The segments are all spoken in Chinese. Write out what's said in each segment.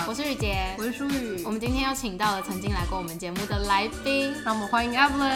我是雨洁， 我是舒雨。 我们今天又请到了曾经来过我们节目的来宾， 让我们欢迎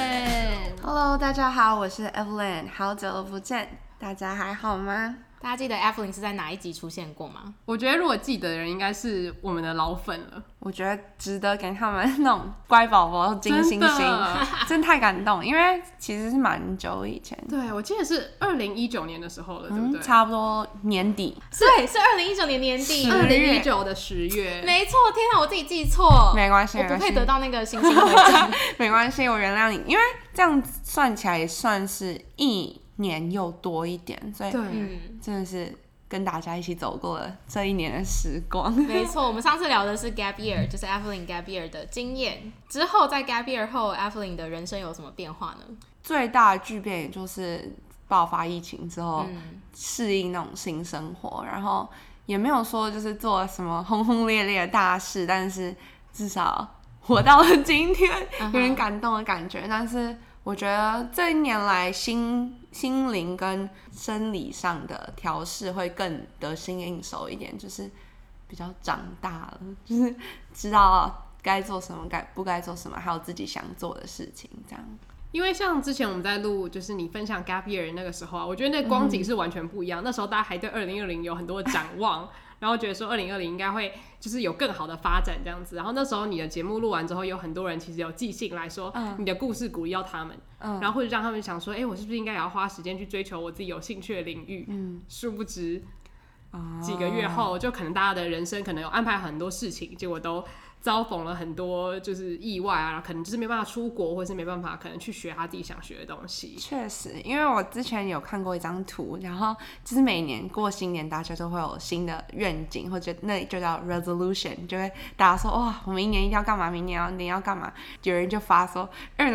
Evelyn。 Hello， 大家好，我是 Evelyn， 好久不见，大家还好吗？ 大家记得 Evelyn 是在哪一集出现过吗？ 我觉得如果记得的人应该是我们的老粉了。 我觉得值得给他们那种乖宝宝金星星，真太感动，因为其实是蛮久以前。 对，我记得是2019年的时候了，对不对？ 差不多年底。 对，是2019年年底 ，2019的10月。 没错，天哪，我自己记错。 没关系， 我不配得到那个星星徽章。 没关系，我原谅你，因为这样算起来也算是1年又多一点，所以真的是跟大家一起走过了这一年的时光。 没错，我们上次聊的是 Gap Year， 就是 Evelyn Gap Year 的经验。之后在 Gap Year 后 ，Evelyn 的人生有什么变化呢？ 最大的巨变也就是爆发疫情之后，适应那种新生活，然后也没有说就是做什么轰轰烈烈的大事，但是至少活到了今天，有点感动的感觉。但是我觉得这一年来心灵跟生理上的调试会更得心应手一点，就是比较长大了，就是知道该做什么，不该做什么，还有自己想做的事情，这样。 因为像之前我们在录，就是你分享 Gap Year 那个时候啊，我觉得那光景是完全不一样。那时候大家还对2020有很多的展望，然后觉得说2020应该会就是有更好的发展这样子。然后那时候你的节目录完之后，有很多人其实有寄信来说，你的故事鼓励到他们，然后或者让他们想说，我是不是应该也要花时间去追求我自己有兴趣的领域？殊不知几个月后，就可能大家的人生可能有安排很多事情，结果都遭逢了很多就是意外啊，可能就是没办法出国，或者是没办法可能去学他自己想学的东西。 确实，因为我之前有看过一张图，然后就是每年过新年，大家都会有新的愿景，或者那就叫 resolution， 就会大家说哇，我们一年一定要干嘛，明年要干嘛。有人就发说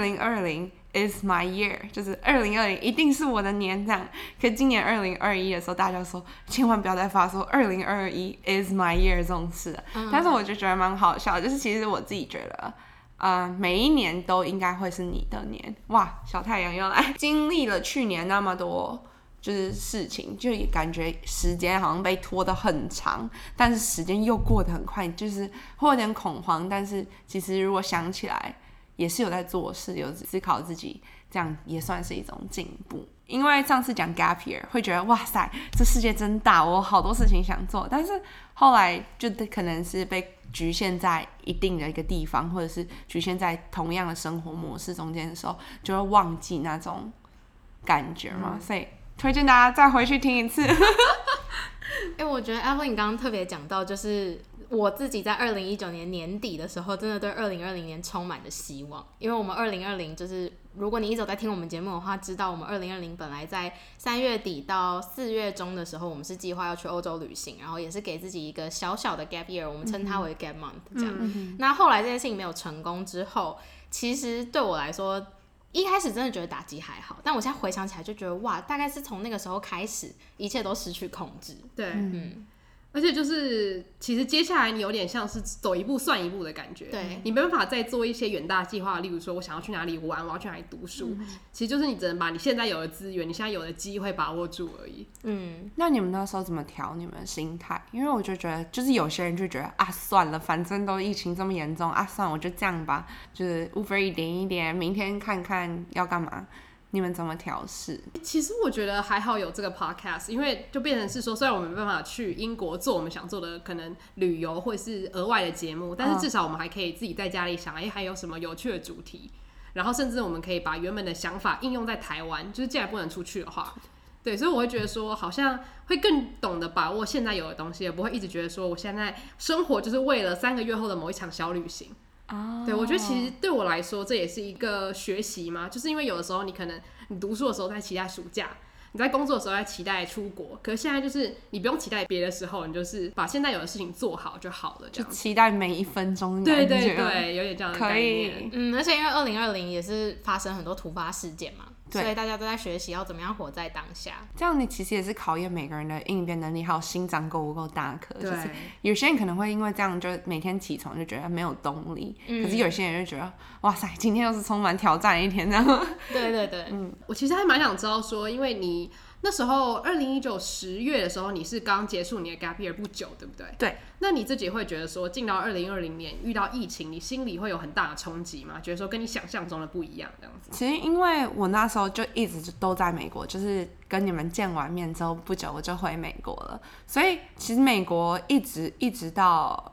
2020 is my year， 就是2020一定是我的年这样。可是今年2021的时候，大家就说千万不要再发说2021 is my year 这种事了。但是我就觉得蛮好笑的，就是其实我自己觉得，每一年都应该会是你的年。哇，小太阳又来，经历了去年那么多就是事情，就感觉时间好像被拖得很长，但是时间又过得很快，就是会有点恐慌。但是其实如果想起来，也是有在做事，有思考自己，这样也算是一种进步。因为上次讲 Gap Year 会觉得哇塞，这世界真大，我有好多事情想做，但是后来就可能是被局限在一定的一个地方，或者是局限在同样的生活模式中间的时候，就会忘记那种感觉嘛。所以推荐大家再回去听一次。 我觉得 Evelyn 刚刚特别讲到，就是我自己在2019年年底的时候，真的对2020年充满着希望。因为我们2020就是如果你一直有在听我们节目的话，知道我们2020本来在3月底到4月中的时候，我们是计划要去欧洲旅行，然后也是给自己一个小小的 gap year， 我们称它为 gap month 这样。那后来这件事情没有成功之后，其实对我来说，一开始真的觉得打击还好，但我现在回想起来就觉得哇，大概是从那个时候开始，一切都失去控制。 对，而且就是其实接下来你有点像是走一步算一步的感觉， 对， 你没办法再做一些远大计划，例如说我想要去哪里玩，我要去哪里读书，其实就是你只能把你现在有的资源，你现在有的机会把握住而已。 那你们那时候怎么调你们的心态？因为我就觉得，就是有些人就觉得啊，算了，反正都疫情这么严重啊，算了，我就这样吧，就是 Uber 一点一点，明天看看要干嘛。你们怎么调试？ 其实我觉得还好有这个 podcast， 因为就变成是说，虽然我们没办法去英国做我们想做的可能旅游或者是额外的节目，但是至少我们还可以自己在家里想，还有什么有趣的主题，然后甚至我们可以把原本的想法应用在台湾，就是既然不能出去的话，对，所以我会觉得说，好像会更懂得把握现在有的东西，也不会一直觉得说我现在生活就是为了3个月后的某一场小旅行。对，我觉得其实对我来说这也是一个学习嘛，就是因为有的时候你可能你读书的时候在期待暑假，你在工作的时候在期待出国，可是现在就是你不用期待别的时候，你就是把现在有的事情做好就好了，这样就期待每一分钟。 对对对，有点这样的概念。 而且因为2020也是发生很多突发事件嘛，所以大家都在学习要怎么样活在当下。 这样你其实也是考验每个人的应变能力，还有心脏够不够大颗。就是有些人可能会因为这样就每天起床就觉得没有动力，可是有些人就觉得哇塞，今天又是充满挑战的一天这样。 对对对， 我其实还蛮想知道说，因为你那时候2019 10月的时候，你是刚结束你的 gap year 不久，对不对？ 对。 那你自己会觉得说，进到2020年遇到疫情，你心里会有很大的冲击吗？觉得说跟你想象中的不一样这样子？ 其实因为我那时候就一直都在美国，就是跟你们见完面之后不久我就回美国了，所以其实美国一直到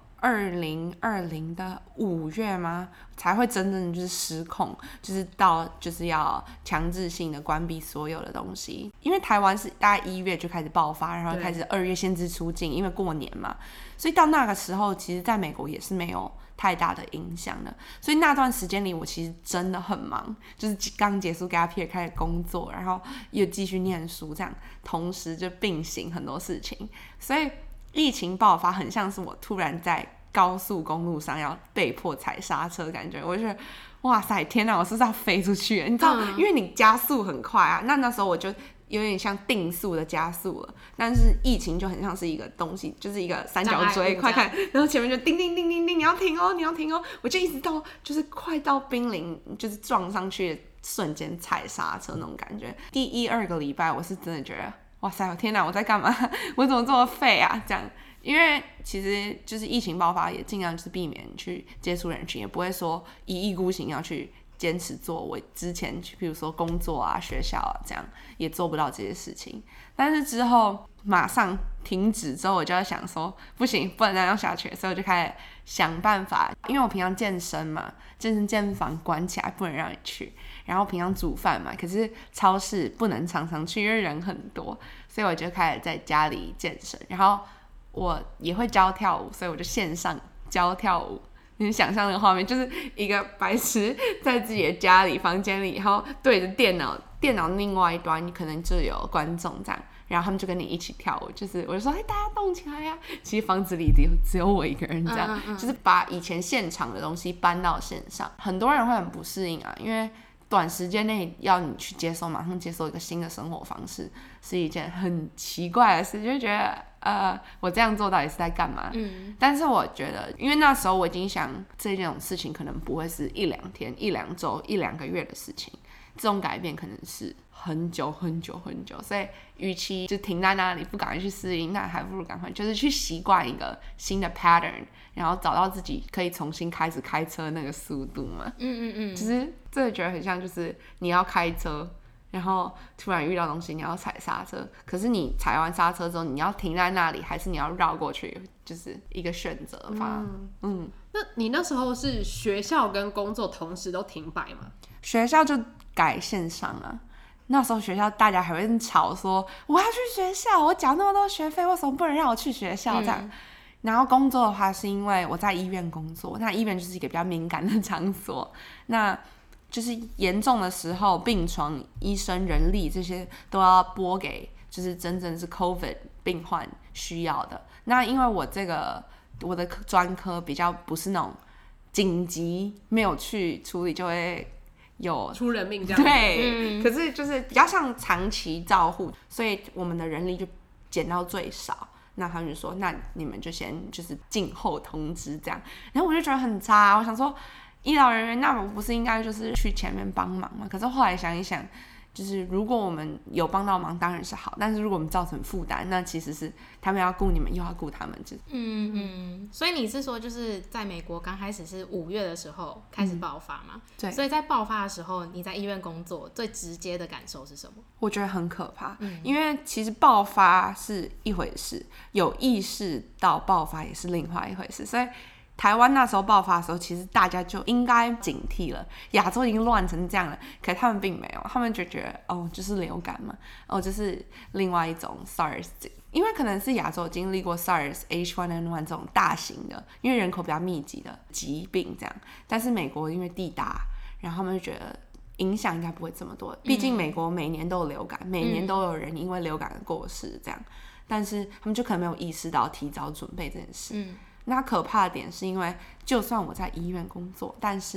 2020的5月吗，才会真正就是失控，就是要强制性的关闭所有的东西。因为台湾是大概1月就开始爆发，然后开始2月限制出境，因为过年嘛，所以到那个时候，其实在美国也是没有太大的影响的。所以那段时间里，我其实真的很忙，就是刚结束 gap year 开始工作，然后又继续念书，这样同时就并行很多事情，所以疫情爆发很像是我突然在高速公路上要被迫踩刹车的感觉，我就觉得哇塞，天哪，我是不是要飞出去了？你知道，因为你加速很快啊，那时候我就有点像定速的加速了，但是疫情就很像是一个东西，就是一个三角锥，快看，然后前面就叮叮叮叮叮，你要停哦，你要停哦，我就一直到就是快到濒临就是撞上去的瞬间踩刹车那种感觉。第1-2个礼拜，我是真的觉得哇塞，我天哪，我在干嘛？我怎么这么废啊？这样。因为其实就是疫情爆发，也尽量就是避免去接触人群，也不会说一意孤行要去坚持做我之前去，比如说工作啊、学校啊，这样也做不到这些事情。但是之后马上停止之后，我就在想说，不行，不能这样下去，所以我就开始想办法。因为我平常健身嘛，健身房关起来不能让你去，然后平常煮饭嘛，可是超市不能常常去，因为人很多，所以我就开始在家里健身，然后我也会教跳舞，所以我就线上教跳舞。你想象那个画面，就是一个白痴在自己的家里房间里，然后对着电脑另外一端可能就有观众这样，然后他们就跟你一起跳舞，就是我就说大家动起来呀！其实房子里只有我一个人这样，就是把以前现场的东西搬到线上，很多人会很不适应啊，因为短时间内要你去马上接受一个新的生活方式，是一件很奇怪的事，就觉得我这样做到底是在干嘛？但是我觉得，因为那时候我已经想这种事情可能不会是1-2天、1-2周、1-2个月的事情，这种改变可能是很久很久很久，所以与其就停在那里不赶快去适应，那还不如赶快就是去习惯一个新的 pattern， 然后找到自己可以重新开始开车那个速度嘛。其实这个觉得很像就是你要开车，然后突然遇到东西你要踩刹车，可是你踩完刹车之后你要停在那里还是你要绕过去，就是一个选择吧。 那你那时候是学校跟工作同时都停摆吗？ 学校就改线上啊，那时候学校大家还会吵说我要去学校，我缴那么多学费，为什么不能让我去学校这样。然后工作的话是因为我在医院工作，那医院就是一个比较敏感的场所，那就是严重的时候病床、医生、人力这些都要拨给就是真正是 COVID 病患需要的。那因为我的专科比较不是那种紧急没有去处理就会有出人命这样。 对，可是就是比较像长期照护，所以我们的人力就减到最少。那他们就说，那你们就先就是静候通知这样。然后我就觉得很差，我想说医疗人员，那我不是应该就是去前面帮忙吗？可是后来想一想，就是如果我们有帮到忙当然是好，但是如果我们造成负担，那其实是他们要顾你们又要顾他们。 所以你是说就是在美国刚开始是5月的时候开始爆发嘛？ 对。 所以在爆发的时候你在医院工作最直接的感受是什么？ 我觉得很可怕，因为其实爆发是一回事，有意识到爆发也是另外一回事，所以台湾那时候爆发的时候，其实大家就应该警惕了。亚洲已经乱成这样了，可是他们并没有，他们就觉得就是流感嘛，就是另外一种 SARS， 因为可能是亚洲经历过 SARS、H1N1 这种大型的，因为人口比较密集的疾病这样。但是美国因为地大，然后他们就觉得影响应该不会这么多，毕竟美国每年都有流感，每年都有人因为流感而过世这样。但是他们就可能没有意识到提早准备这件事。那可怕的点是因为就算我在医院工作，但是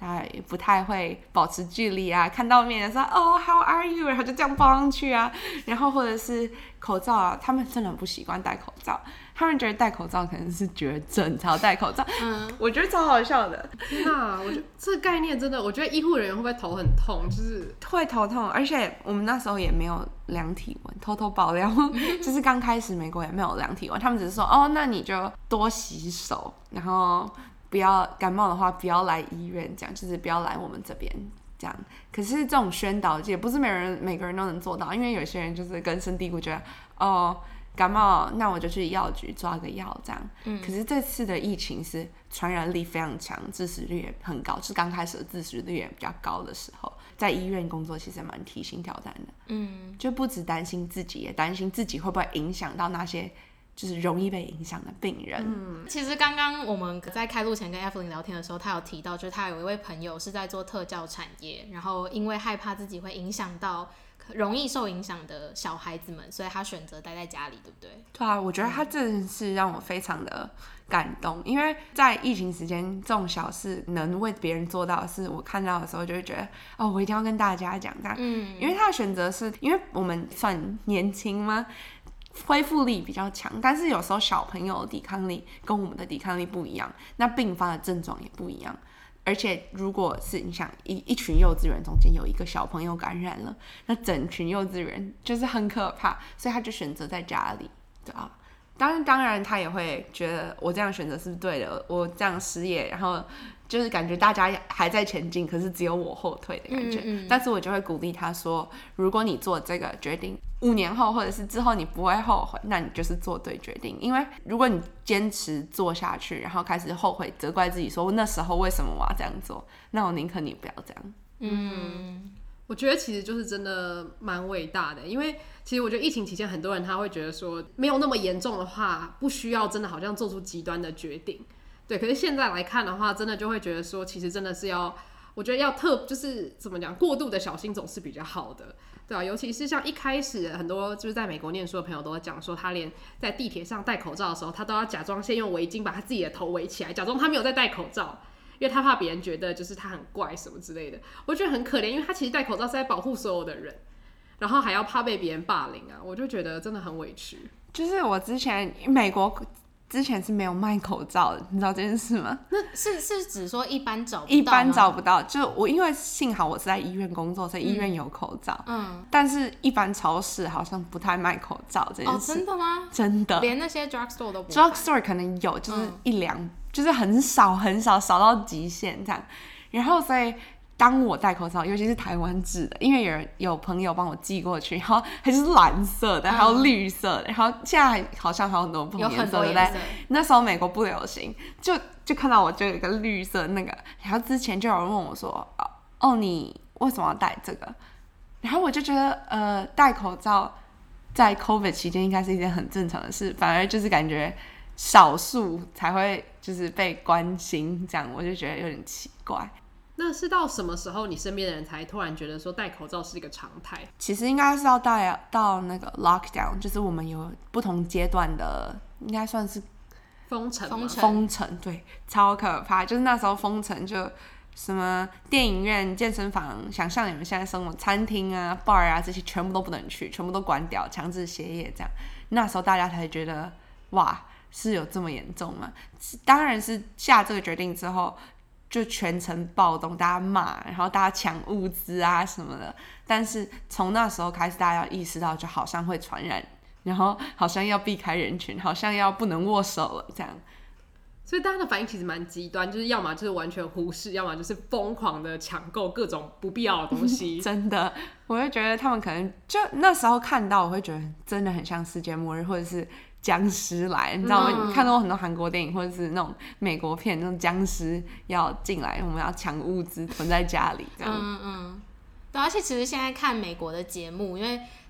大家也不太会保持距离啊，看到面的时候哦 how are you， 然后就这样抱上去啊，然后或者是口罩啊，他们真的很不习惯戴口罩，他们觉得戴口罩可能是绝症才要戴口罩，我觉得超好笑的。 天哪，我觉得这个概念真的，我觉得医护人员会不会头很痛？就是会头痛，而且我们那时候也没有量体温，偷偷爆料，就是刚开始美国也没有量体温，他们只是说哦，那你就多洗手，然后不要感冒的话不要来医院，这样就是不要来我们这边这样。可是这种宣导也不是每个人都能做到，因为有些人就是根深蒂固觉得哦感冒那我就去药局抓个药这样。可是这次的疫情是传染力非常强，致死率也很高，是刚开始的致死率也比较高的时候，在医院工作其实蛮提心吊胆的。就不只担心自己，也担心自己会不会影响到那些就是容易被影响的病人。 其实刚刚我们在开录前跟 Evelyn 聊天的时候，他有提到，就是他有一位朋友是在做特教产业，然后因为害怕自己会影响到容易受影响的小孩子们，所以他选择待在家里，对不对？ 对啊，我觉得他真的是让我非常的感动，因为在疫情时间这种小事能为别人做到的事，我看到的时候就会觉得哦，我一定要跟大家讲这样。因为他的选择是因为我们算年轻吗？恢复力比较强，但是有时候小朋友的抵抗力跟我们的抵抗力不一样，那并发的症状也不一样。而且如果是你想一群幼稚园中间有一个小朋友感染了，那整群幼稚园就是很可怕，所以他就选择在家里，对啊。当然他也会觉得我这样选择是对的，我这样失业，然后就是感觉大家还在前进，可是只有我后退的感觉。但是我就会鼓励他说，如果你做这个决定5年后或者是之后你不会后悔，那你就是做对决定。因为如果你坚持做下去，然后开始后悔责怪自己说那时候为什么我要这样做，那我宁可你不要这样。 我觉得其实就是真的蛮伟大的，因为其实我觉得疫情期间很多人他会觉得说没有那么严重的话，不需要真的好像做出极端的决定。对，可是现在来看的话，真的就会觉得说，其实真的是要，我觉得要就是怎么讲，过度的小心总是比较好的，对啊，尤其是像一开始很多就是在美国念书的朋友都会讲说，他连在地铁上戴口罩的时候，他都要假装先用围巾把他自己的头围起来，假装他没有在戴口罩，因为他怕别人觉得就是他很怪什么之类的。我觉得很可怜，因为他其实戴口罩是在保护所有的人，然后还要怕被别人霸凌啊，我就觉得真的很委屈。 就是我之前美国之前是没有卖口罩的，你知道这件事吗？ 那是指说一般找不到吗？ 一般找不到，就我因为幸好我是在医院工作，所以医院有口罩。但是一般超市好像不太卖口罩这件事。 真的吗？ 真的， 连那些 drugstore 都不卖。 drugstore 可能有，就是一两，就是很少很少，少到极限这样。然后所以当我戴口罩，尤其是台湾制的，因为有朋友帮我寄过去，然后还是蓝色的，还有绿色的，然后现在好像还有很多不同颜色，对不对？那时候美国不流行，就看到我就有一个绿色那个，然后之前就有人问我说，哦，你为什么要戴这个？然后我就觉得，戴口罩在 COVID 期间应该是一件很正常的事，反而就是感觉少数才会就是被关心，这样我就觉得有点奇怪。 那是到什么时候你身边的人才突然觉得说戴口罩是一个常态？ 其实应该是要戴到那个 lockdown， 就是我们有不同阶段的，应该算是封城， 对，超可怕。就是那时候封城，就什么电影院、健身房，想象你们现在生活，餐厅啊、bar 啊这些全部都不能去，全部都关掉，强制歇业这样。那时候大家才觉得，哇，是有这么严重吗？当然是下这个决定之后，就全城暴动，大家骂，然后大家抢物资啊什么的。但是从那时候开始，大家要意识到，就好像会传染，然后好像要避开人群，好像要不能握手了这样。 所以大家的反应其实蛮极端，就是要么就是完全忽视，要么就是疯狂的抢购各种不必要的东西。 真的，我会觉得他们可能就那时候看到，我会觉得真的很像世界末日，或者是僵尸来，你知道吗？看到很多韩国电影或者是那种美国片，那种僵尸要进来，我们要抢物资囤在家里这样。 对，而且其实现在看美国的节目，因为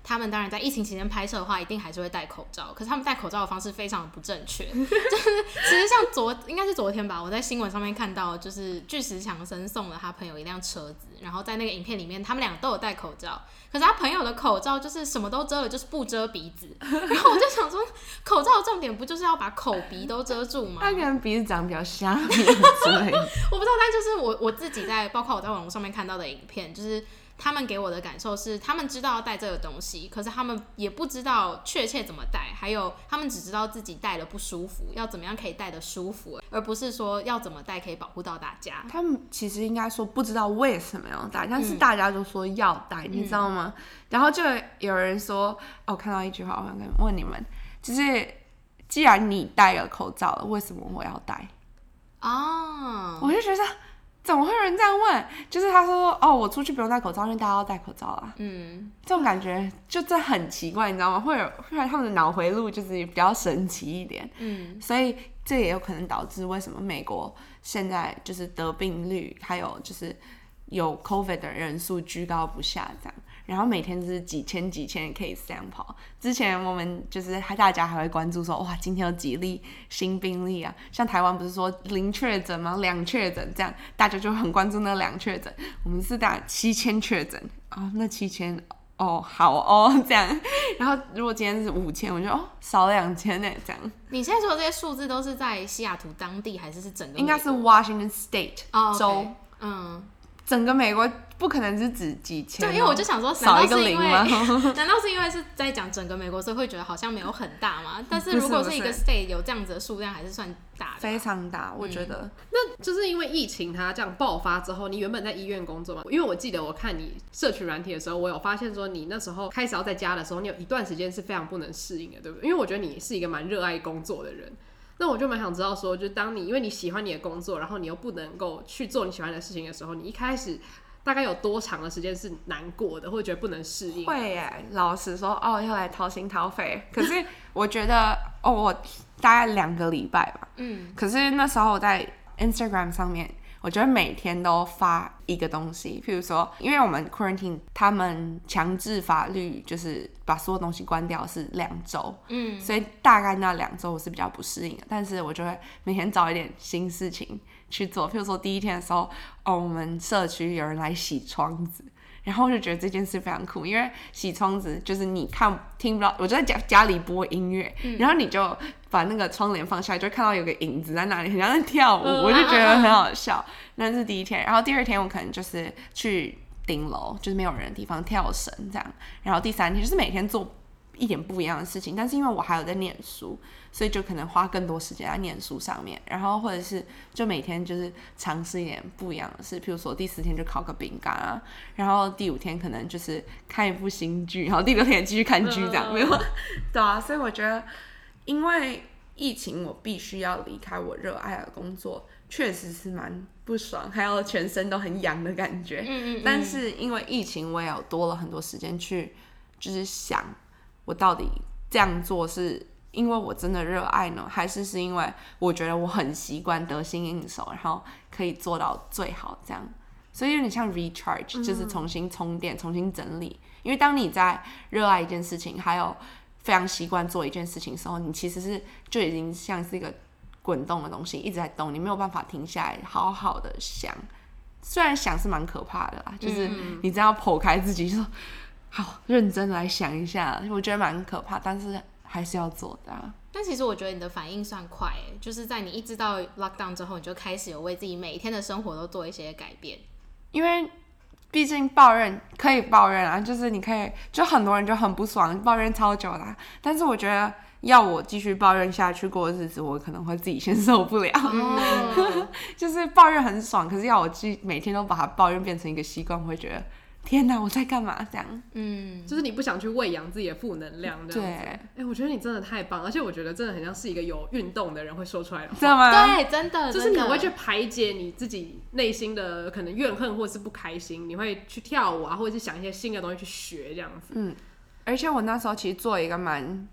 他们当然在疫情期间拍摄的话，一定还是会戴口罩，可是他们戴口罩的方式非常的不正确。就是其实像应该是昨天吧，我在新闻上面看到，就是巨石强森送了他朋友一辆车子，然后在那个影片里面，他们两个都有戴口罩，可是他朋友的口罩就是什么都遮了，就是不遮鼻子。然后我就想说，口罩的重点不就是要把口鼻都遮住吗？ 他可能鼻子长比较下面之类的。 我不知道，但就是我自己包括我在网络上面看到的影片，就是他们给我的感受是，他们知道要带这个东西，可是他们也不知道确切怎么带，还有他们只知道自己带了不舒服，要怎么样可以带得舒服，而不是说要怎么带可以保护到大家。 他们其实应该说不知道为什么要带，但是大家都说要带，你知道吗？然后就有人说，我看到一句话，我想问你们，就是既然你戴了口罩了，为什么我要戴？我就觉得怎么会有人这样问？就是他说我出去不用戴口罩，因为大家要戴口罩啦。这种感觉就真的很奇怪，你知道吗？会让他们的脑回路就是比较神奇一点。所以这也有可能导致为什么美国现在就是得病率还有就是有 COVID 的人数居高不下这样。然后每天就是几千的 case 这样跑。之前我们就是大家还会关注说，哇，今天有几例新病例啊？像台湾不是说0确诊吗？2确诊这样，大家就很关注那2确诊。我们是打7000确诊那7000好这样。然后如果今天是5000，我就少了2000呢这样。 你现在说的这些数字都是在西雅图当地，还是整个美国？ 应该是 Washington State 州。整个美国不可能是指几千。 对，因为我就想说， 少一个零吗？ 难道是因为是在讲整个美国，所以会觉得好像没有很大吗？但是如果是一个 state 有这样子的数量，还是算大的， 非常大，我觉得。 那就是因为疫情它这样爆发之后，你原本在医院工作嘛？因为我记得我看你社群软体的时候，我有发现说你那时候开始要在家的时候，你有一段时间是非常不能适应的，对不对？因为我觉得你是一个蛮热爱工作的人。那我就蛮想知道说，就是因为你喜欢你的工作，然后你又不能够去做你喜欢的事情的时候，你一开始大概有多长的时间是难过的，或者觉得不能适应？ 会耶，老实说，要来掏心掏肺。可是我觉得，我大概2个礼拜吧。可是那时候我在 Instagram 上面，我觉得每天都发一个东西，譬如说，因为我们 quarantine 他们强制法律就是把所有东西关掉是2周，所以大概那2周我是比较不适应的，但是我就会每天找一点新事情去做，譬如说第一天的时候，我们社区有人来洗窗子。然后我就觉得这件事非常酷，因为洗窗子就是你听不到，我就在家里播音乐，然后你就把那个窗帘放下来，就看到有个影子在那里，很像在跳舞，我就觉得很好笑。那是第一天，然后第2天我可能就是去顶楼，就是没有人的地方跳绳这样，然后第3天就是每天做一点不一样的事情，但是因为我还有在念书，所以就可能花更多时间在念书上面，然后或者是就每天就是尝试一点不一样的事，譬如说第4天就烤个饼干啊，然后第5天可能就是看一部新剧，然后第6天也继续看剧这样，没有？对啊，所以我觉得因为疫情我必须要离开我热爱的工作，确实是蛮不爽，还有全身都很痒的感觉。但是因为疫情，我也有多了很多时间去就是想我到底这样做是因为我真的热爱呢，还是因为我觉得我很习惯得心应手，然后可以做到最好这样。所以有点像 recharge， 就是重新充电，重新整理。因为当你在热爱一件事情，还有非常习惯做一件事情的时候，你其实就已经像是一个滚动的东西，一直在动，你没有办法停下来好好的想。虽然想是蛮可怕的啦，就是你这样剖开自己说好认真来想一下，我觉得蛮可怕，但是还是要做的啊。 但其实我觉得你的反应算快耶，就是在你一知道 lockdown 之后，你就开始有为自己每一天的生活都做一些改变。 因为毕竟抱怨可以抱怨啊，就是你可以，就很多人就很不爽，抱怨超久啦。但是我觉得要我继续抱怨下去过日子，我可能会自己先受不了。就是抱怨很爽，可是要我每天都把它抱怨变成一个习惯，我会觉得天哪，我在干嘛？这样， 就是你不想去喂养自己的负能量，这样子。 对， 我觉得你真的太棒，而且我觉得真的很像是一个有运动的人会说出来的话， 知道吗？ 对，真的， 就是你会去排解你自己内心的可能怨恨或是不开心，你会去跳舞啊，或者是想一些新的东西去学这样子。 而且我那时候其实做一个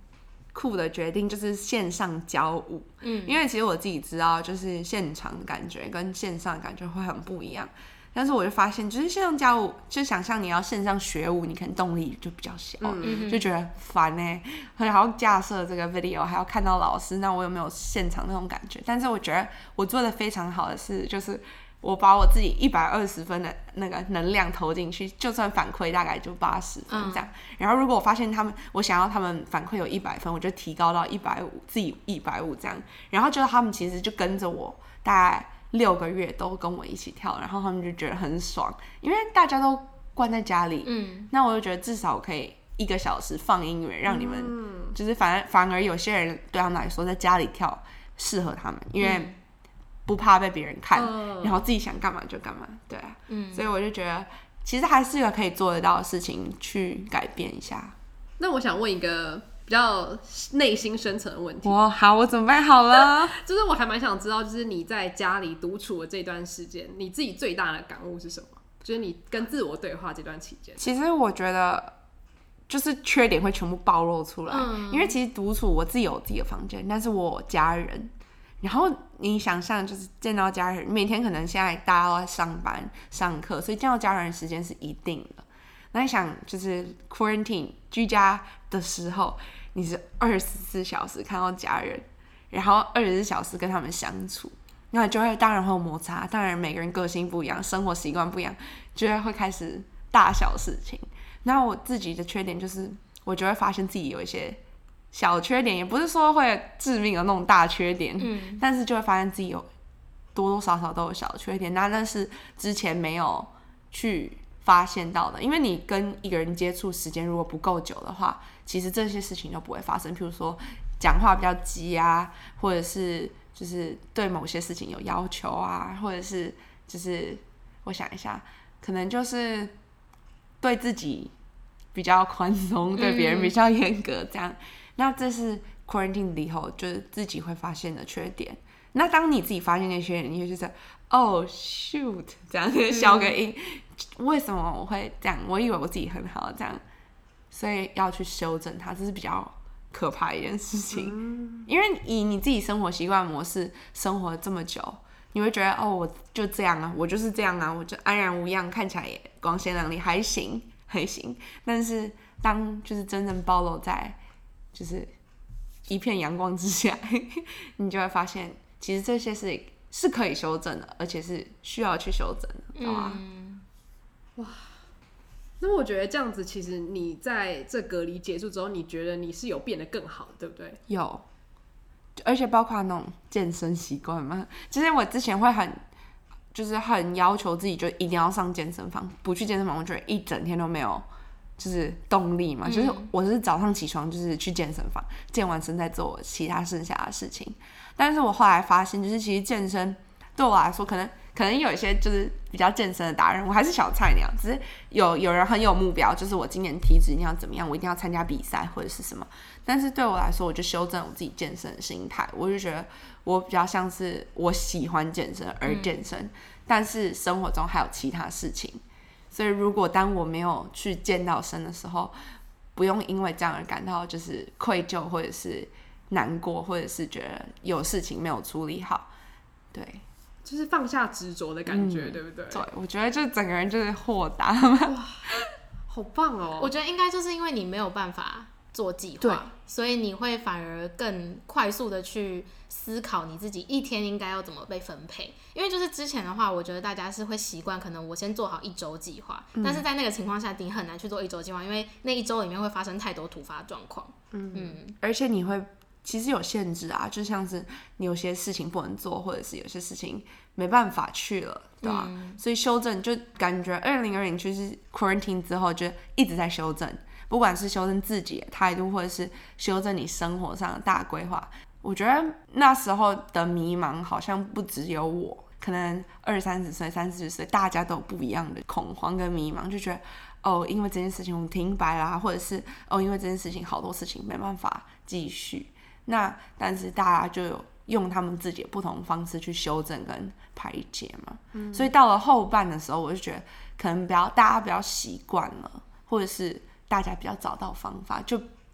酷的决定就是线上教舞，因为其实我自己知道，就是现场的感觉跟线上的感觉会很不一样。但是我就发现，就是线上教舞，就想象你要线上学舞，你可能动力就比较小，就觉得烦还要架设这个 video， 还要看到老师，那我有没有现场那种感觉？但是我觉得我做的非常好的是，就是我把我自己120分的那个能量投进去，就算反馈大概就80分这样。然后如果我发现我想要他们反馈有100分，我就提高到150，自己150这样。然后就他们其实就跟着我大概6个月都跟我一起跳，然后他们就觉得很爽，因为大家都关在家里，那我就觉得至少我可以1个小时放音乐，让你们就是反而有些人对他们来说在家里跳适合他们，因为不怕被别人看，然后自己想干嘛就干嘛，对啊，所以我就觉得其实还是有可以做得到的事情去改变一下。 那我想问一个比较内心深层的问题。 好，我准备好了。 就是我还蛮想知道，就是你在家里独处的这段时间，你自己最大的感悟是什么？就是你跟自我对话这段期间。 其实我觉得就是缺点会全部暴露出来，因为其实独处我自己有自己的房间，但是我家人，然后你想象就是见到家人，每天可能现在大家都在上班上课，所以见到家人的时间是一定的。那你想就是 quarantine 居家的时候，你是24小时看到家人，然后24小时跟他们相处，那就会当然会有摩擦，当然每个人个性不一样，生活习惯不一样，就会开始大小事情。那我自己的缺点就是，我就会发现自己有一些小缺点，也不是说会致命的那种大缺点，但是就会发现自己有多多少少都有小缺点，那是之前没有去发现到的，因为你跟一个人接触时间如果不够久的话，其实这些事情就不会发生。譬如说讲话比较急啊，或者是就是对某些事情有要求啊，或者是就是我想一下，可能就是对自己比较宽松，对别人比较严格这样。那这是 quarantine 以后就是自己会发现的缺点。那当你自己发现那些，你就觉得哦 shoot 这样消个音，为什么我会这样？我以为我自己很好这样，所以要去修正它，这是比较可怕的一件事情。因为以你自己生活习惯模式生活这么久，你会觉得哦，我就这样啊，我就是这样啊，我就安然无恙，看起来也光鲜亮丽，还行。但是当就是真正暴露在就是一片阳光之下，你就会发现，其实这些事是可以修正的，而且是需要去修正的，好吧？ 哇，那我觉得这样子，其实你在这隔离结束之后，你觉得你是有变得更好的，对不对？ 有，而且包括那种健身习惯嘛，就是我之前会很要求自己，就一定要上健身房，不去健身房，我觉得一整天都没有就是动力嘛。就是我是早上起床就是去健身房，健完身再做我其他剩下的事情。但是我后来发现，就是其实健身对我来说，可能有一些就是比较健身的达人，我还是小菜鸟。只是有人很有目标，就是我今年体脂一定要怎么样，我一定要参加比赛或者是什么。但是对我来说，我就修正我自己健身的心态，我就觉得我比较像是我喜欢健身而健身，但是生活中还有其他事情。所以如果当我没有去健到身的时候，不用因为这样而感到就是愧疚或者是难过，或者是觉得有事情没有处理好，对， 就是放下执着的感觉，对不对？ 对，我觉得就整个人就是豁达。 哇，好棒哦！ 我觉得应该就是因为你没有办法做计划，所以你会反而更快速的去思考你自己一天应该要怎么被分配。因为就是之前的话，我觉得大家是会习惯，可能我先做好1周计划，但是在那个情况下，你很难去做1周计划，因为那1周里面会发生太多突发状况。 而且你会其实有限制啊，就像是你有些事情不能做，或者是有些事情没办法去了，对吧？所以修正就感觉2020就是 quarantine 之后就一直在修正，不管是修正自己的态度，或者是修正你生活上的大规划。我觉得那时候的迷茫好像不只有我，可能20-30岁、30岁，大家都有不一样的恐慌跟迷茫，就觉得哦，因为这件事情我们停摆啦，或者是哦，因为这件事情好多事情没办法继续。那但是大家就有用他们自己的不同方式去修正跟排解嘛，所以到了后半的时候，我就觉得可能大家比较习惯了，或者是大家比较找到方法，就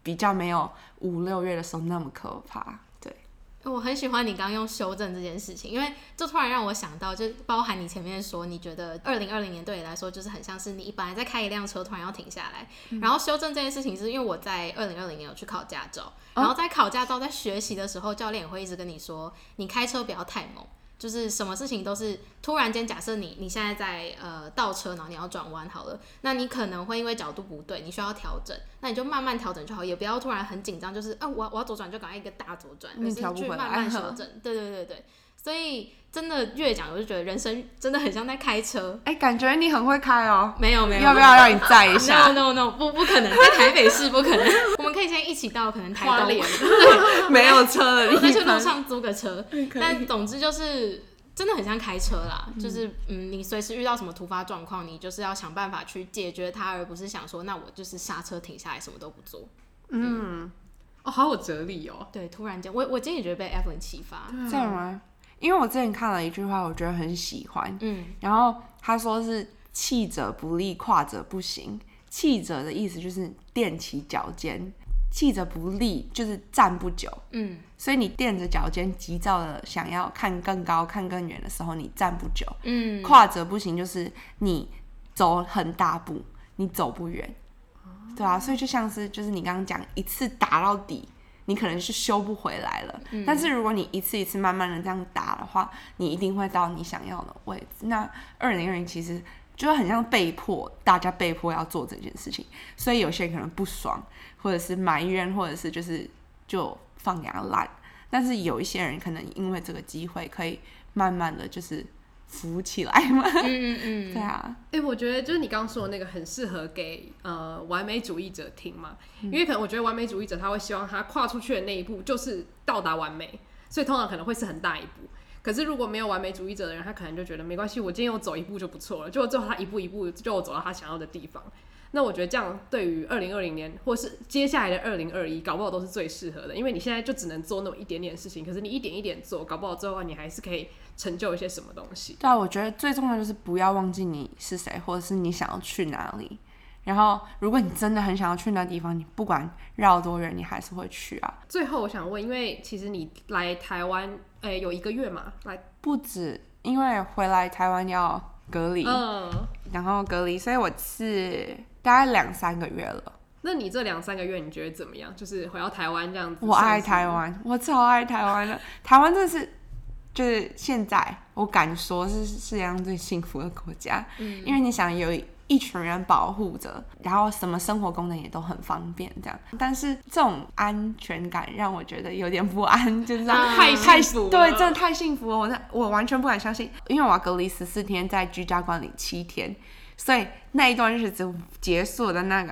比较没有5、6月的时候那么可怕。对， 我很喜欢你刚用修正这件事情，因为就突然让我想到，就包含你前面说，你觉得2020年对你来说就是很像是你本来在开一辆车，突然要停下来，然后修正这件事情，是因为我在2020年有去考驾照，然后在考驾照在学习的时候，教练也会一直跟你说，你开车不要太猛。就是什么事情都是突然间，假设你现在在倒车，然后你要转弯好了，那你可能会因为角度不对，你需要调整，那你就慢慢调整就好，也不要突然很紧张，就是我要左转就赶快一个大左转，就是去慢慢修正。对，所以真的越讲我就觉得人生真的很像在开车。 感觉你很会开哦。 没有， 要不要让你载一下 ？No， 不可能，在台北市不可能。我们可以先一起到可能台东，没有车的地方， 我们去路上租个车。但总之就是真的很像开车啦，就是你随时遇到什么突发状况，你就是要想办法去解决它，而不是想说那我就是刹车停下来什么都不做。 好有哲理哦。 对，突然间我今天也觉得被 Evelyn 启发。 这样吗？因为我之前看了一句话，我觉得很喜欢。然后他说是弃者不立，跨者不行。弃者的意思就是踮起脚尖，弃者不立就是站不久。所以你踮着脚尖，急躁的想要看更高、看更远的时候，你站不久。跨者不行就是你走很大步，你走不远。对啊，所以就像是就是你刚刚讲一次打到底，你可能是修不回来了。但是如果你一次一次慢慢的这样打的话，你一定会到你想要的位置。那2020其实就很像大家被迫要做这件事情，所以有些人可能不爽，或者是埋怨，或者是就放牙烂。但是有一些人可能因为这个机会，可以慢慢的就是浮起来嘛。对啊。 我觉得就是你刚刚说的那个很适合给完美主义者听嘛，因为可能我觉得完美主义者他会希望他跨出去的那一步就是到达完美，所以通常可能会是很大一步。可是如果没有完美主义者的人，他可能就觉得没关系，我今天有走一步就不错了，就最后他一步一步就走到他想要的地方。那我觉得这样对于2020年或是接下来的2021搞不好都是最适合的，因为你现在就只能做那么一点点事情，可是你一点一点做，搞不好最后你还是可以成就一些什么东西。 对啊，我觉得最重要就是不要忘记你是谁，或者是你想要去哪里。然后如果你真的很想要去那地方，你不管绕多远，你还是会去啊。 最后我想问，因为其实你来台湾有1个月嘛， 不止，因为回来台湾要隔离，然后隔离，所以我是大概2-3个月了。 那你这2-3个月你觉得怎么样？就是回到台湾这样子。 我爱台湾，我超爱台湾的。台湾真的是就是现在我敢说是世界上最幸福的国家。因为你想有一群人保护着，然后什么生活功能也都很方便这样。但是这种安全感让我觉得有点不安，就是太幸福了。 对，真的太幸福了。我完全不敢相信，因为我要隔离14天，在居家管理7天。所以那一段日子结束的那个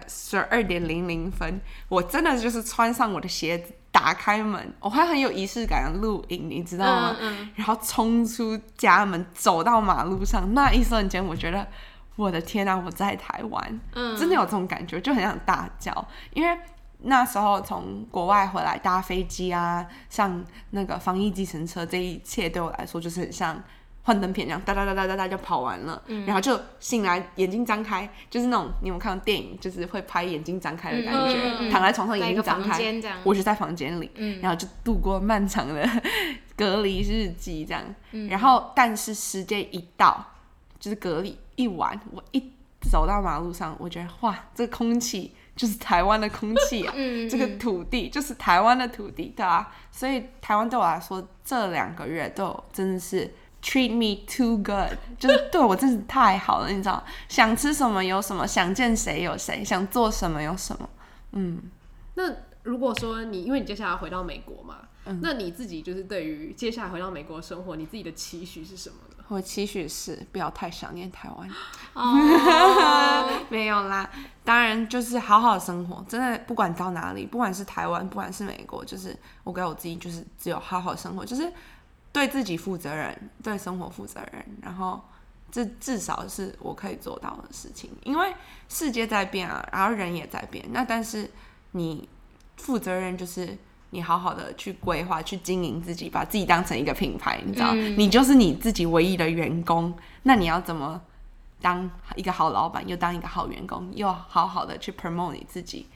12:00，我真的就是穿上我的鞋子，打开门，我会很有仪式感的录影，你知道吗？然后冲出家门，走到马路上，那一瞬间，我觉得我的天啊，我在台湾，真的有这种感觉，就很想大叫，因为那时候从国外回来搭飞机啊，上那个防疫计程车，这一切对我来说就是很像幻灯片这样，哒哒哒哒哒哒就跑完了，然后就醒来，眼睛张开，就是那种你有没有看到电影，就是会拍眼睛张开的感觉，躺在床上眼睛张开，我就在房间里，然后就度过漫长的隔离日记这样，然后但是时间一到，就是隔离一完，我一走到马路上，我觉得哇，这个空气就是台湾的空气啊，这个土地就是台湾的土地，对啊，所以台湾对我来说这2个月都真的是treat me too good， 就是对我真是太好了，你知道，想吃什么有什么，想见谁有谁，想做什么有什么。 那如果说因为你接下来回到美国嘛，那你自己就是对于接下来回到美国的生活，你自己的期许是什么呢？ 我期许是不要太想念台湾。没有啦，当然就是好好生活，真的不管到哪里，不管是台湾，不管是美国，就是我给我自己就是只有好好生活，就是对自己负责任，对生活负责任，然后这至少是我可以做到的事情。因为世界在变啊，然后人也在变，那但是你负责任就是你好好的去规划，去经营自己，把自己当成一个品牌，你知道，你就是你自己唯一的员工，那你要怎么当一个好老板，又当一个好员工，又好好的去 promote 你自己，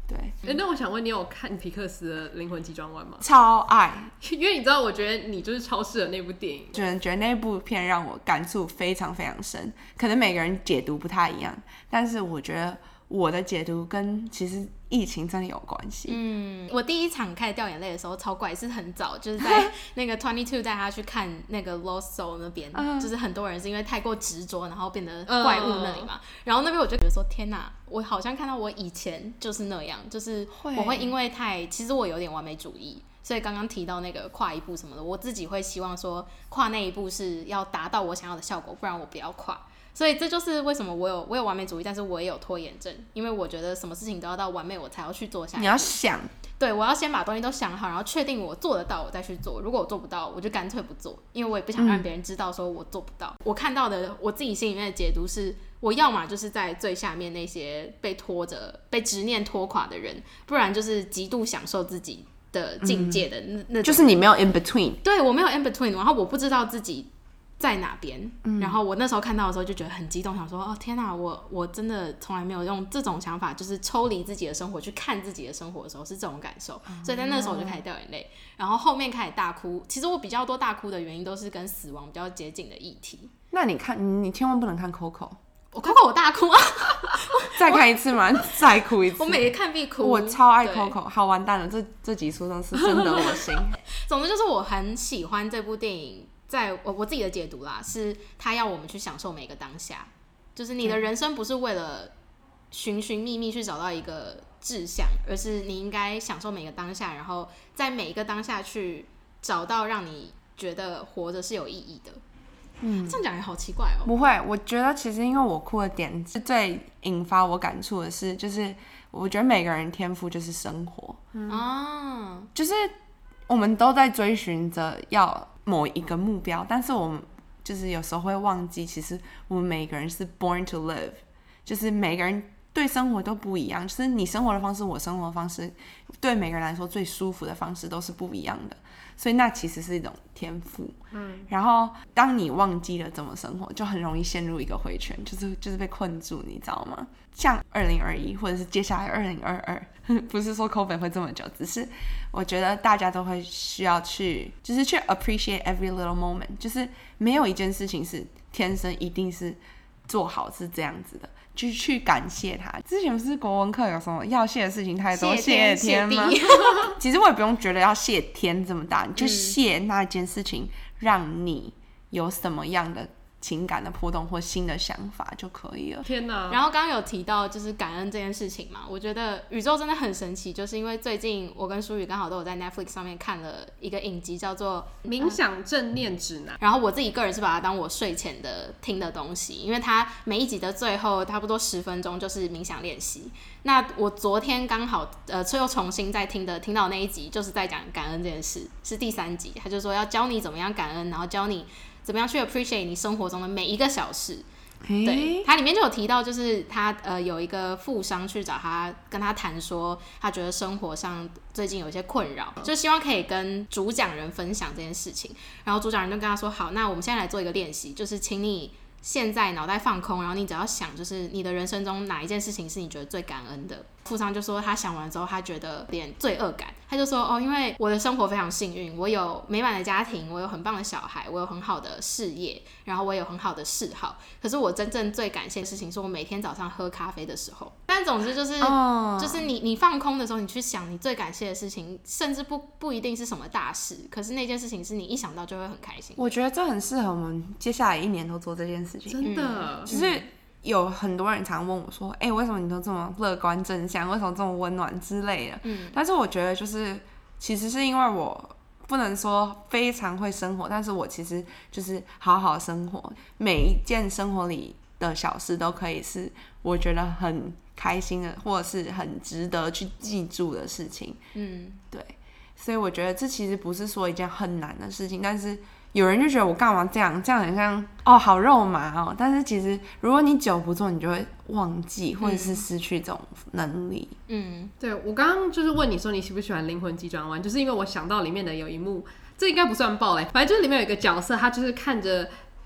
对， 那我想问你有看皮克斯的《灵魂急转弯》吗？ 超爱， 因为你知道，我觉得你就是超适合那部电影。 觉得那部片让我感触非常非常深，可能每个人解读不太一样，但是我觉得我的解读跟其实疫情真的有关系。 我第一场开始掉眼泪的时候超怪，是很早，就是在那个 22带他去看那个 Lost Soul 那边，就是很多人是因为太过执着，然后变得怪物那里嘛。然后那边我就觉得说，天哪，我好像看到我以前就是那样，就是我会因为其实我有点完美主义。所以刚刚提到那个跨一步什么的，我自己会希望说跨那一步是要达到我想要的效果，不然我不要跨。所以这就是为什么我有完美主义，但是我也有拖延症，因为我觉得什么事情都要到完美我才要去做下一步。 你要想， 对，我要先把东西都想好，然后确定我做得到，我再去做。如果我做不到，我就干脆不做，因为我也不想让别人知道说我做不到。我看到的我自己心里面的解读是，我要嘛就是在最下面那些被拖着、被执念拖垮的人，不然就是极度享受自己的境界的那种。 就是你没有 in between。 对，我没有 in between， 然后我不知道自己在哪边，然后我那时候看到的时候就觉得很激动，想说哦天哪，我真的从来没有用这种想法，就是抽离自己的生活去看自己的生活的时候是这种感受，所以在那时候我就开始掉眼泪，然后后面开始大哭。其实我比较多大哭的原因都是跟死亡比较接近的议题。 那你看，你千万不能看 Coco。 我 Coco 我大哭啊！ 再看一次吗？再哭一次。 我每看必哭。 我超爱 Coco， 好完蛋了，这集书中是深得我心。 总之就是我很喜欢这部电影。在我自己的解读啦，是他要我们去享受每个当下，就是你的人生不是为了寻寻觅觅去找到一个志向，而是你应该享受每个当下，然后在每一个当下去找到让你觉得活着是有意义的。这样讲也好奇怪哦。 不会，我觉得其实因为我哭的点是最引发我感触的是，就是我觉得每个人天赋就是生活，就是我们都在追寻着要某一个目标，但是我们就是有时候会忘记，其实我们每个人是 born to live， 就是每个人对生活都不一样，就是你生活的方式，我生活的方式，对每个人来说最舒服的方式都是不一样的，所以那其实是一种天赋。然后当你忘记了怎么生活，就很容易陷入一个回圈，就是被困住，你知道吗？像2021或者是接下来2022，不是说 COVID 会这么久，只是我觉得大家都会需要去去 appreciate every little moment， 就是没有一件事情是天生一定是做好是这样子的，就去感谢他。之前不是国文课有什么要谢的事情太多，谢天吗？其实我也不用觉得要谢天这么大，你就谢那件事情让你有什么样的情感的波动或新的想法就可以了。 天哪！ 然后刚刚有提到就是感恩这件事情嘛，我觉得宇宙真的很神奇，就是因为最近我跟舒宇刚好都有在 Netflix 上面看了一个影集叫做 《冥想正念指南》， 然后我自己个人是把它当我睡前的听的东西，因为它每一集的最后差不多10分钟就是冥想练习。那我昨天刚好又重新再听到那一集，就是在讲感恩这件事，是第3集，他就说要教你怎么样感恩，然后教你怎么样去 appreciate 你生活中的每一个小事。对，他里面就有提到，就是他有一个富商去找他，跟他谈说，他觉得生活上最近有一些困扰，就希望可以跟主讲人分享这件事情。然后主讲人就跟他说：“好，那我们现在来做一个练习，就是请你现在脑袋放空，然后你只要想，就是你的人生中哪一件事情是你觉得最感恩的。”富商就说他想完之后，他觉得有点罪恶感，他就说哦，因为我的生活非常幸运，我有美满的家庭，我有很棒的小孩，我有很好的事业，然后我有很好的嗜好。可是我真正最感谢的事情是我每天早上喝咖啡的时候。但总之就是就是你放空的时候，你去想你最感谢的事情，甚至不一定是什么大事，可是那件事情是你一想到就会很开心。 我觉得这很适合我们接下来1年都做这件事情， 真的， 就是有很多人常问我说：“为什么你都这么乐观正向？为什么这么温暖之类的？”但是我觉得其实是因为我不能说非常会生活，但是我其实就是好好生活，每一件生活里的小事都可以是我觉得很开心的，或者是很值得去记住的事情。对，所以我觉得这其实不是说一件很难的事情，但是有人就觉得我干嘛这样很像好肉麻哦，但是其实如果你久不做，你就会忘记或者是失去这种能力。 对，我刚刚就是问你说你喜不喜欢灵魂急转弯，就是因为我想到里面的有一幕，这应该不算爆雷，反正就是里面有一个角色，他就是看着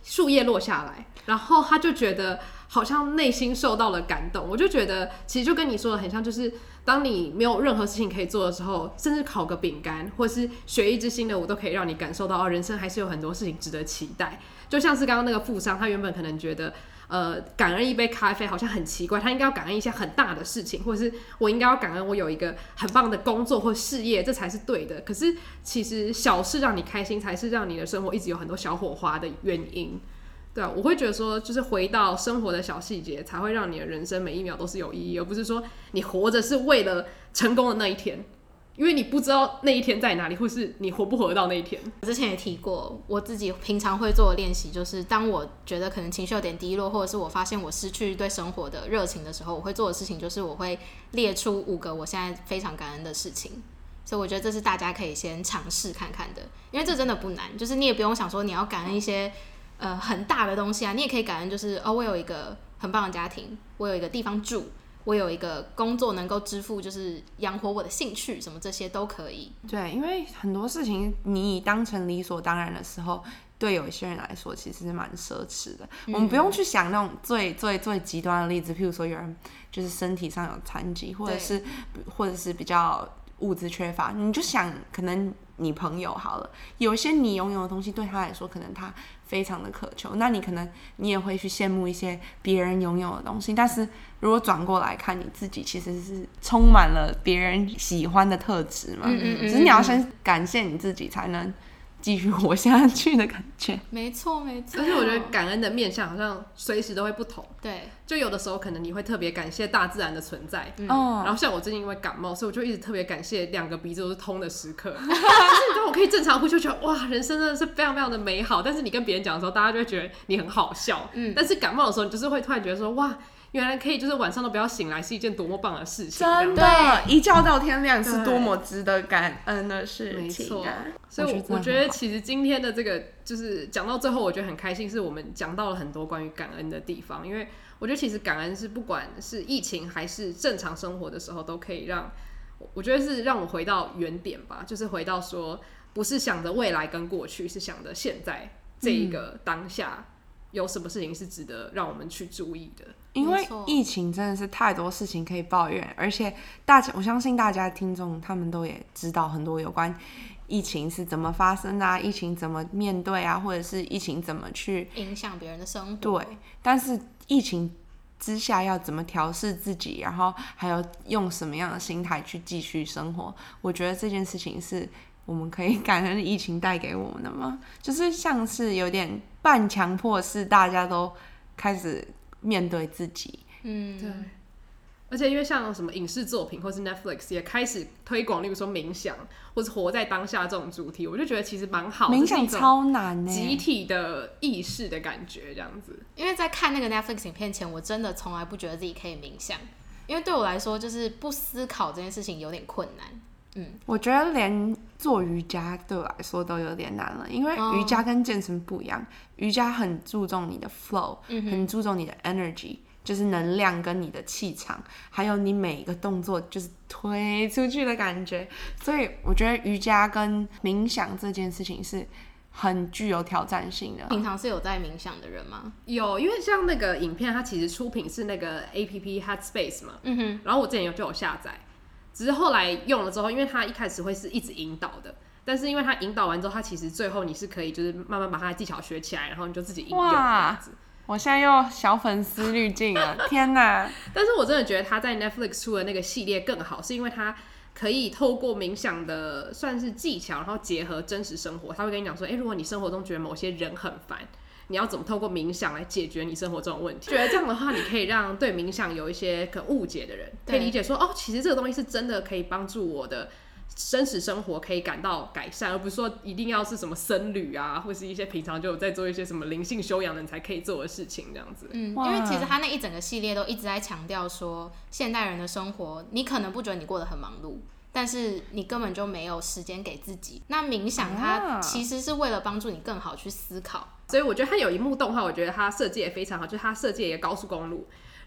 树叶落下来，然后他就觉得好像内心受到了感动。我就觉得其实就跟你说的很像，就是当你没有任何事情可以做的时候，甚至烤个饼干或是学一支新的舞，都可以让你感受到人生还是有很多事情值得期待。就像是刚刚那个富商，他原本可能觉得感恩一杯咖啡好像很奇怪，他应该要感恩一些很大的事情，或者是我应该要感恩我有一个很棒的工作或事业，这才是对的。可是其实小事让你开心，才是让你的生活一直有很多小火花的原因。对啊，我会觉得说，就是回到生活的小细节，才会让你的人生每一秒都是有意义，而不是说你活着是为了成功的那一天。因为你不知道那一天在哪里，或是你活不活到那一天。 我之前也提过，我自己平常会做的练习，就是当我觉得可能情绪有点低落，或者是我发现我失去对生活的热情的时候，我会做的事情就是我会列出5个我现在非常感恩的事情。所以我觉得这是大家可以先尝试看看的，因为这真的不难，就是你也不用想说你要感恩一些很大的东西啊，你也可以感恩就是我有一个很棒的家庭，我有一个地方住，我有一个工作能够支付就是养活我的兴趣，什么这些都可以。 对，因为很多事情你当成理所当然的时候，对有一些人来说其实是蛮奢侈的。我们不用去想那种最极端的例子，譬如说有人就是身体上有残疾，或者是比较物质缺乏，你就想可能你朋友好了，有一些你拥有的东西对他来说可能他非常的渴求，那你也会去羡慕一些别人拥有的东西，但是如果转过来看你自己，其实是充满了别人喜欢的特质嘛，只是你要先感谢你自己，才能继续活下去的感觉。 没错没错， 而且我觉得感恩的面向好像随时都会不同。 对， 就有的时候可能你会特别感谢大自然的存在，然后像我最近因为感冒，所以我就一直特别感谢2个鼻子都是通的时刻。就是当我可以正常呼吸，就觉得哇，人生真的是非常非常的美好。但是你跟别人讲的时候，大家就会觉得你很好笑。但是感冒的时候，你就是会突然觉得说哇，原来可以就是晚上都不要醒来是一件多么棒的事情。 真的，一觉到天亮是多么值得感恩的事情。 没错，所以我觉得其实今天的这个就是讲到最后，我觉得很开心，是我们讲到了很多关于感恩的地方。因为我觉得其实感恩是不管是疫情还是正常生活的时候，都可以让我觉得是让我回到原点吧，就是回到说不是想着未来跟过去，是想着现在这一个当下。有什么事情是值得让我们去注意的？ 因为疫情真的是太多事情可以抱怨，而且我相信大家听众他们都也知道很多有关疫情是怎么发生的啊，疫情怎么面对啊，或者是疫情怎么去影响别人的生活。 对，但是疫情之下要怎么调适自己，然后还有用什么样的心态去继续生活，我觉得这件事情是我们可以感恩疫情带给我们的吗？就是像是有点半强迫式，大家都开始面对自己。 对。而且因为像什么影视作品或是 Netflix 也开始推广，例如说冥想或是活在当下这种主题，我就觉得其实蛮好的。 冥想超难耶， 集体的意识的感觉这样子。 因为在看那个 Netflix 影片前，我真的从来不觉得自己可以冥想，因为对我来说，就是不思考这件事情有点困难。 我觉得连做瑜伽对我来说都有点难了，因为瑜伽跟健身不一样，瑜伽很注重你的 flow，很注重你的 energy， 就是能量跟你的气场，还有你每一个动作就是推出去的感觉。所以我觉得瑜伽跟冥想这件事情是很具有挑战性的。 平常是有在冥想的人吗？ 有，因为像那个影片，它其实出品是那个 APP Headspace 嘛，然后我之前就有下载。只是后来用了之后，因为它一开始会是一直引导的，但是因为它引导完之后，它其实最后你是可以就是慢慢把它的技巧学起来，然后你就自己应用这样子。 我现在又小粉丝滤镜了，天哪！ 但是我真的觉得它在 Netflix 出的那个系列更好，是因为它可以透过冥想的算是技巧，然后结合真实生活。他会跟你讲说，如果你生活中觉得某些人很烦，你要怎么透过冥想来解决你生活中的问题？觉得这样的话，你可以让对冥想有一些可误解的人，可以理解说，其实这个东西是真的可以帮助我的真实生活可以感到改善，而不是说一定要是什么僧侣啊，或是一些平常就有在做一些什么灵性修养的人才可以做的事情这样子。 因为其实他那一整个系列都一直在强调说，现代人的生活，你可能不觉得你过得很忙碌，但是你根本就没有时间给自己。那冥想它其实是为了帮助你更好去思考。 所以我觉得它有一幕动画，我觉得它设计也非常好，就是它设计一个高速公路，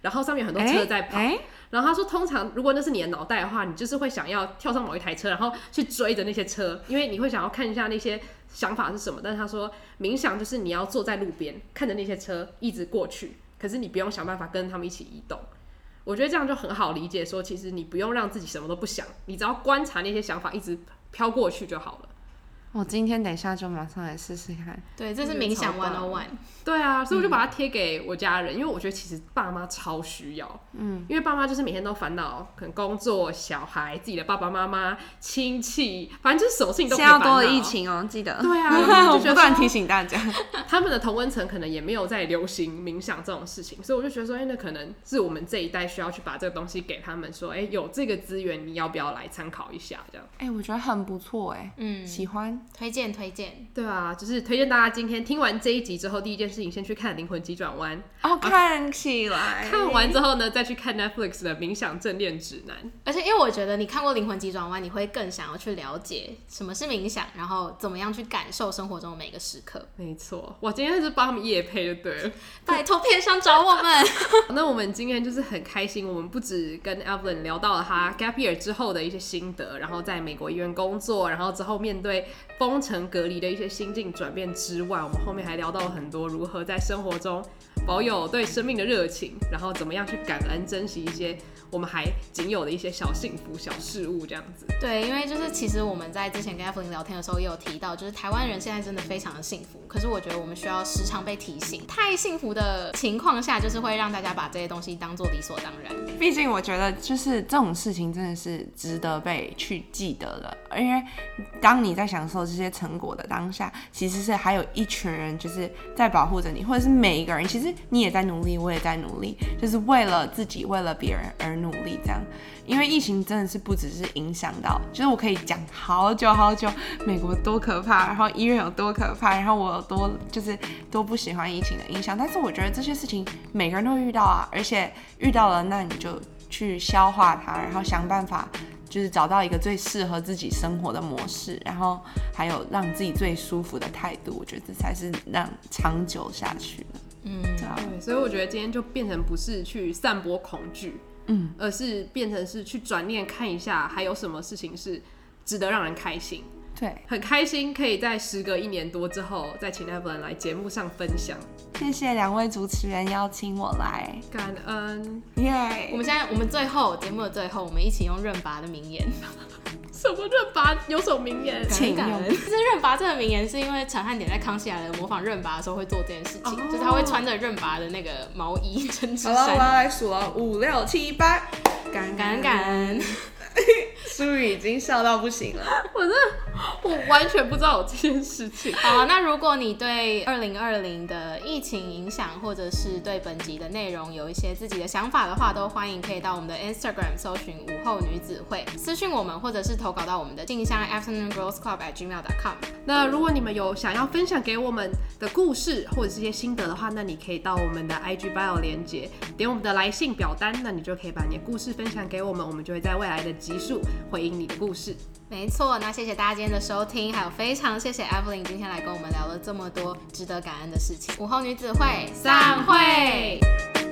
然后上面有很多车在跑。然后他说，通常如果那是你的脑袋的话，你就是会想要跳上某一台车，然后去追着那些车，因为你会想要看一下那些想法是什么。但是他说，冥想就是你要坐在路边，看着那些车一直过去，可是你不用想办法跟他们一起移动。我觉得这样就很好理解，说其实你不用让自己什么都不想，你只要观察那些想法一直飘过去就好了。 我今天等一下就马上来试试看。 对，这是冥想101。 对啊，所以我就把它贴给我家人，因为我觉得其实爸妈超需要。因为爸妈就是每天都烦恼，可能工作、小孩、自己的爸爸妈妈、亲戚，反正就是什么事情都可以烦恼。 现在多了疫情哦，记得。 对啊， 我不断提醒大家， 他们的同温层可能也没有在流行冥想这种事情，所以我就觉得说，那可能是我们这一代需要去把这个东西给他们，说，有这个资源，你要不要来参考一下？这样。 我觉得很不错，喜欢。 推荐。 对啊，就是推荐大家今天听完这一集之后，第一件事情先去看《灵魂急转弯》 看起来。 看完之后呢，再去看 Netflix 的《冥想正念指南》。 而且因为我觉得你看过《灵魂急转弯》，你会更想要去了解什么是冥想，然后怎么样去感受生活中的每个时刻。 没错，我今天是帮他们业配就对了， 拜托片商找我们。 那我们今天就是很开心，我们不止跟 Evelyn 聊到了他 Gap Year 之后的一些心得，然后在美国医院工作，然后之后面对封城隔离的一些心境转变之外，我们后面还聊到了很多如何在生活中保有对生命的热情，然后怎么样去感恩珍惜一些我们还仅有的一些小幸福小事物这样子。 对，因为就是其实我们在之前跟 Evelyn 聊天的时候也有提到，就是台湾人现在真的非常的幸福，可是我觉得我们需要时常被提醒，太幸福的情况下就是会让大家把这些东西当作理所当然。 毕竟我觉得就是这种事情真的是值得被去记得的，因为当你在享受这些成果的当下，其实是还有一群人就是在保护着你，或者是每一个人其实你也在努力，我也在努力，就是为了自己为了别人而努力这样。因为疫情真的是不只是影响到，就是我可以讲好久好久美国多可怕，然后医院有多可怕，然后我有多不喜欢疫情的影响，但是我觉得这些事情每个人都会遇到啊，而且遇到了那你就去消化它，然后想办法就是找到一个最适合自己生活的模式，然后还有让自己最舒服的态度，我觉得这才是让长久下去的。 对，所以我觉得今天就变成不是去散播恐惧，而是变成是去转念看一下还有什么事情是值得让人开心。 对， 很开心可以在时隔1年多之后再请 Evelyn 来节目上分享。 谢谢2位主持人邀请我来， 感恩。 我们最后节目的最后，我们一起用润拔的名言。 什么润拔？有什么名言？ 请用。 其实润拔这个名言是因为陈汉典在康熙来了模仿润拔的时候会做这件事情，就是他会穿着润拔的那个毛衣针织衫。 好了，我要来数了，5、6、7、8， 感恩。 舒宇已经笑到不行了， 我完全不知道有这件事情。 好，那如果你对2020的疫情影响，或者是对本集的内容有一些自己的想法的话，都欢迎可以到我们的 Instagram 搜寻午后女子会，私讯我们，或者是投稿到我们的信箱 afternoongirlsclub@gmail.com。 那如果你们有想要分享给我们的故事或者是一些心得的话，那你可以到我们的 IG bio 连结，点我们的来信表单，那你就可以把你的故事分享给我们，我们就会在未来的集数回应你的故事。 没错，那谢谢大家今天的收听，还有非常谢谢 Evelyn 今天来跟我们聊了这么多值得感恩的事情。午后女子会散会。